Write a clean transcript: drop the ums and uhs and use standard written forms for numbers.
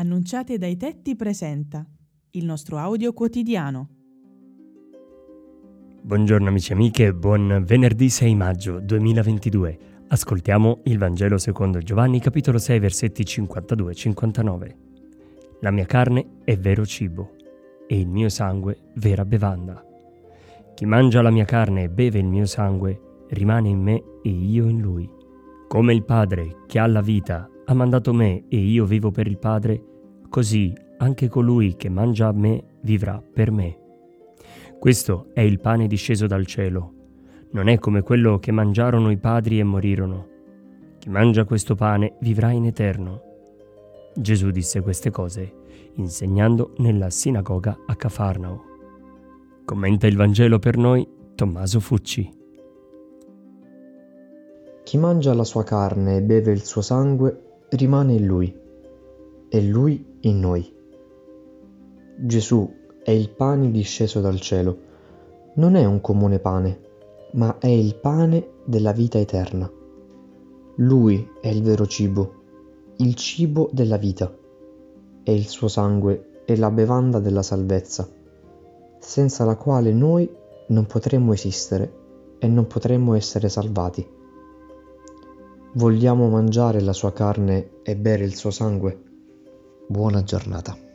Annunciate dai tetti presenta il nostro audio quotidiano. Buongiorno amici e amiche, buon venerdì 6 maggio 2022. Ascoltiamo il Vangelo secondo Giovanni, capitolo 6, versetti 52 e 59. La mia carne è vero cibo e il mio sangue vera bevanda. Chi mangia la mia carne e beve il mio sangue rimane in me e io in lui. Come il Padre che ha la vita ha mandato me e io vivo per il Padre, così anche colui che mangia a me vivrà per me. Questo è il pane disceso dal cielo. Non è come quello che mangiarono i padri e morirono. Chi mangia questo pane vivrà in eterno. Gesù disse queste cose, insegnando nella sinagoga a Cafarnao. Commenta il Vangelo per noi Tommaso Fucci. Chi mangia la sua carne e beve il suo sangue rimane in lui, e lui in noi. Gesù è il pane disceso dal cielo. Non è un comune pane, ma è il pane della vita eterna. Lui è il vero cibo, il cibo della vita, e il suo sangue è la bevanda della salvezza, senza la quale noi non potremmo esistere e non potremmo essere salvati. Vogliamo mangiare la sua carne e bere il suo sangue? Buona giornata.